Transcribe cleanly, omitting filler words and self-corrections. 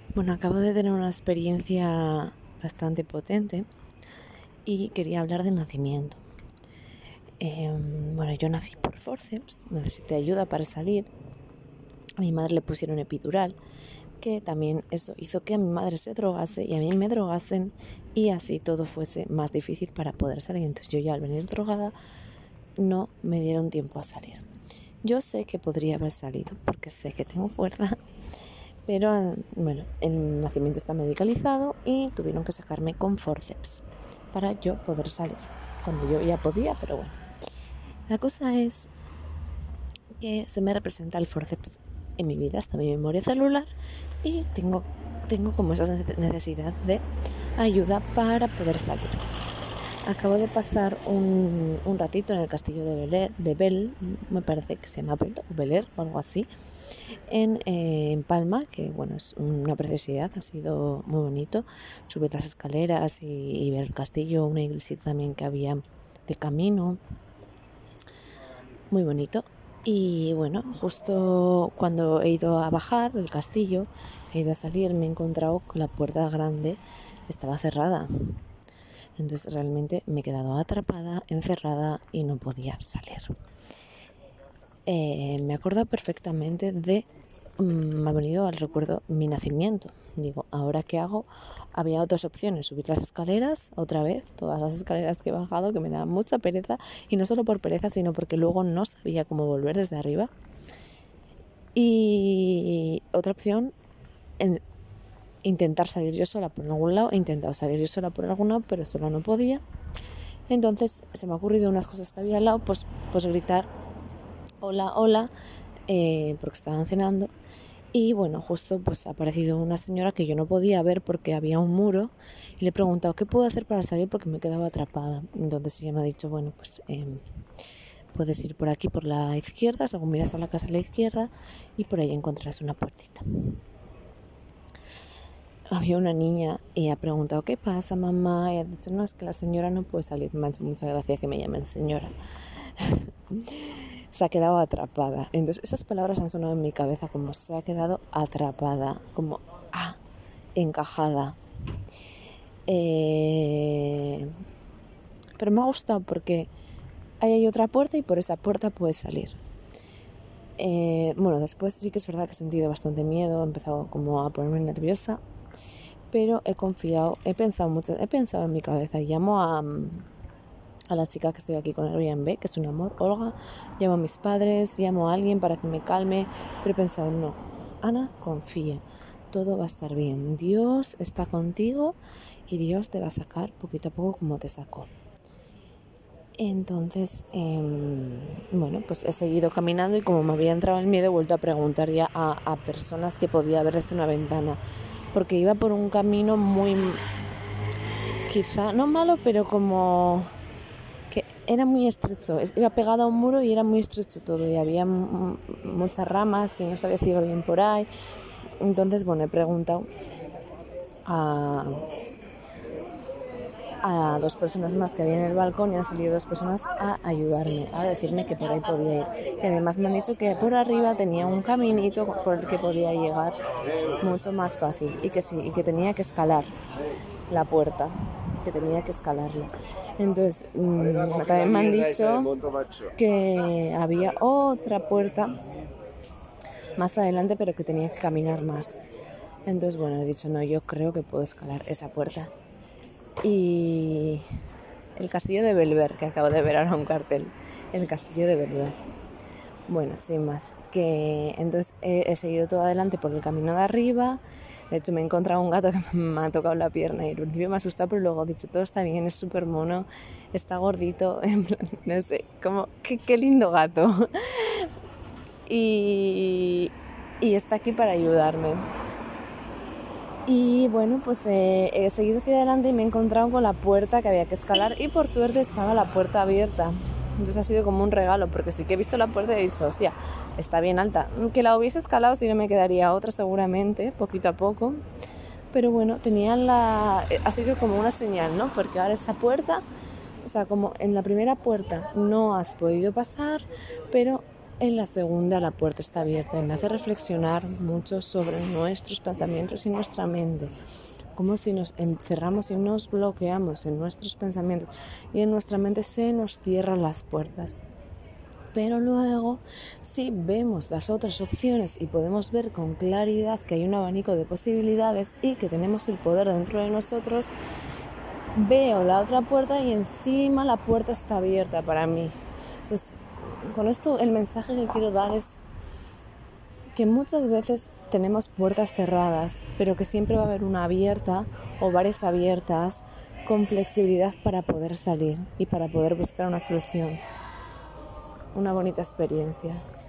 Bueno, acabo de tener una experiencia bastante potente y quería hablar de nacimiento. Yo nací por forceps, necesité ayuda para salir. A mi madre le pusieron epidural, que también eso hizo que a mi madre se drogase y a mí me drogasen y así todo fuese más difícil para poder salir. Entonces yo ya al venir drogada no me dieron tiempo a salir. Yo sé que podría haber salido porque sé que tengo fuerza. Pero el nacimiento está medicalizado y tuvieron que sacarme con forceps para yo poder salir, cuando yo ya podía, pero bueno. La cosa es que se me representa el forceps en mi vida, está mi memoria celular y tengo como esa necesidad de ayuda para poder salir. Acabo de pasar un ratito en el castillo de Bell, me parece que se llama Bel o algo así, en Palma, que bueno, es una preciosidad, ha sido muy bonito subir las escaleras y ver el castillo, una iglesia también que había de camino, muy bonito. Y bueno, justo cuando he ido a bajar del castillo, he ido a salir, me he encontrado con la puerta grande, estaba cerrada. Entonces realmente me he quedado atrapada, encerrada y no podía salir. Me acuerdo perfectamente me ha venido al recuerdo mi nacimiento. Digo, ¿ahora qué hago? Había otras opciones, subir las escaleras otra vez, todas las escaleras que he bajado, que me daban mucha pereza, y no solo por pereza, sino porque luego no sabía cómo volver desde arriba. Y otra opción, intentar salir yo sola por algún lado. He intentado salir yo sola por algún lado, pero sola no podía. Entonces se me ha ocurrido unas cosas que había al lado, pues gritar hola, hola, porque estaban cenando. Y bueno, justo pues ha aparecido una señora que yo no podía ver porque había un muro, y le he preguntado qué puedo hacer para salir porque me quedaba atrapada. Entonces ella me ha dicho, bueno, pues puedes ir por aquí por la izquierda, según miras a la casa a la izquierda, y por ahí encontrarás una puertita. Había una niña y ha preguntado, ¿qué pasa, mamá? Y ha dicho, no, es que la señora no puede salir. Me ha hecho mucha gracia que me llamen señora. Se ha quedado atrapada. Entonces esas palabras han sonado en mi cabeza como se ha quedado atrapada, como encajada. Pero me ha gustado porque ahí hay otra puerta y por esa puerta puedes salir. Después sí que es verdad que he sentido bastante miedo, he empezado como a ponerme nerviosa, pero he pensado en mi cabeza y llamo a la chica que estoy aquí con el Airbnb, que es un amor, Olga, llamo a mis padres, llamo a alguien para que me calme, pero he pensado, no, Ana, confía, todo va a estar bien, Dios está contigo y Dios te va a sacar poquito a poco como te sacó. Entonces, pues he seguido caminando y como me había entrado el miedo, he vuelto a preguntar ya a personas que podía ver desde una ventana, porque iba por un camino muy, quizá no malo, pero como que era muy estrecho, iba pegado a un muro y era muy estrecho todo y había muchas ramas y no sabía si iba bien por ahí. Entonces, he preguntado a dos personas más que había en el balcón y han salido dos personas a ayudarme, a decirme que por ahí podía ir. Y además me han dicho que por arriba tenía un caminito por el que podía llegar mucho más fácil y que tenía que escalar la puerta, que tenía que escalarla. Entonces, también me han dicho que había otra puerta más adelante, pero que tenía que caminar más. Entonces, he dicho, no, yo creo que puedo escalar esa puerta. Y el castillo de Belver, que acabo de ver ahora un cartel, el castillo de Belver. Bueno, sin más, que entonces he seguido todo adelante por el camino de arriba. De hecho, me he encontrado un gato que me ha tocado la pierna y al principio me ha asustado, pero luego he dicho, todo está bien, es súper mono, está gordito, en plan, no sé, como, qué lindo gato. Y está aquí para ayudarme. Y he seguido hacia adelante y me he encontrado con la puerta que había que escalar y por suerte estaba la puerta abierta. Entonces ha sido como un regalo, porque sí que he visto la puerta y he dicho, hostia, está bien alta. Que la hubiese escalado, si no me quedaría otra seguramente, poquito a poco. Pero ha sido como una señal, ¿no? Porque ahora esta puerta, o sea, como en la primera puerta no has podido pasar, pero En la segunda, la puerta está abierta y me hace reflexionar mucho sobre nuestros pensamientos y nuestra mente. Como si nos encerramos y nos bloqueamos en nuestros pensamientos y en nuestra mente se nos cierran las puertas. Pero luego, si vemos las otras opciones y podemos ver con claridad que hay un abanico de posibilidades y que tenemos el poder dentro de nosotros, veo la otra puerta y encima la puerta está abierta para mí. Pues con esto el mensaje que quiero dar es que muchas veces tenemos puertas cerradas, pero que siempre va a haber una abierta o varias abiertas con flexibilidad para poder salir y para poder buscar una solución. Una bonita experiencia.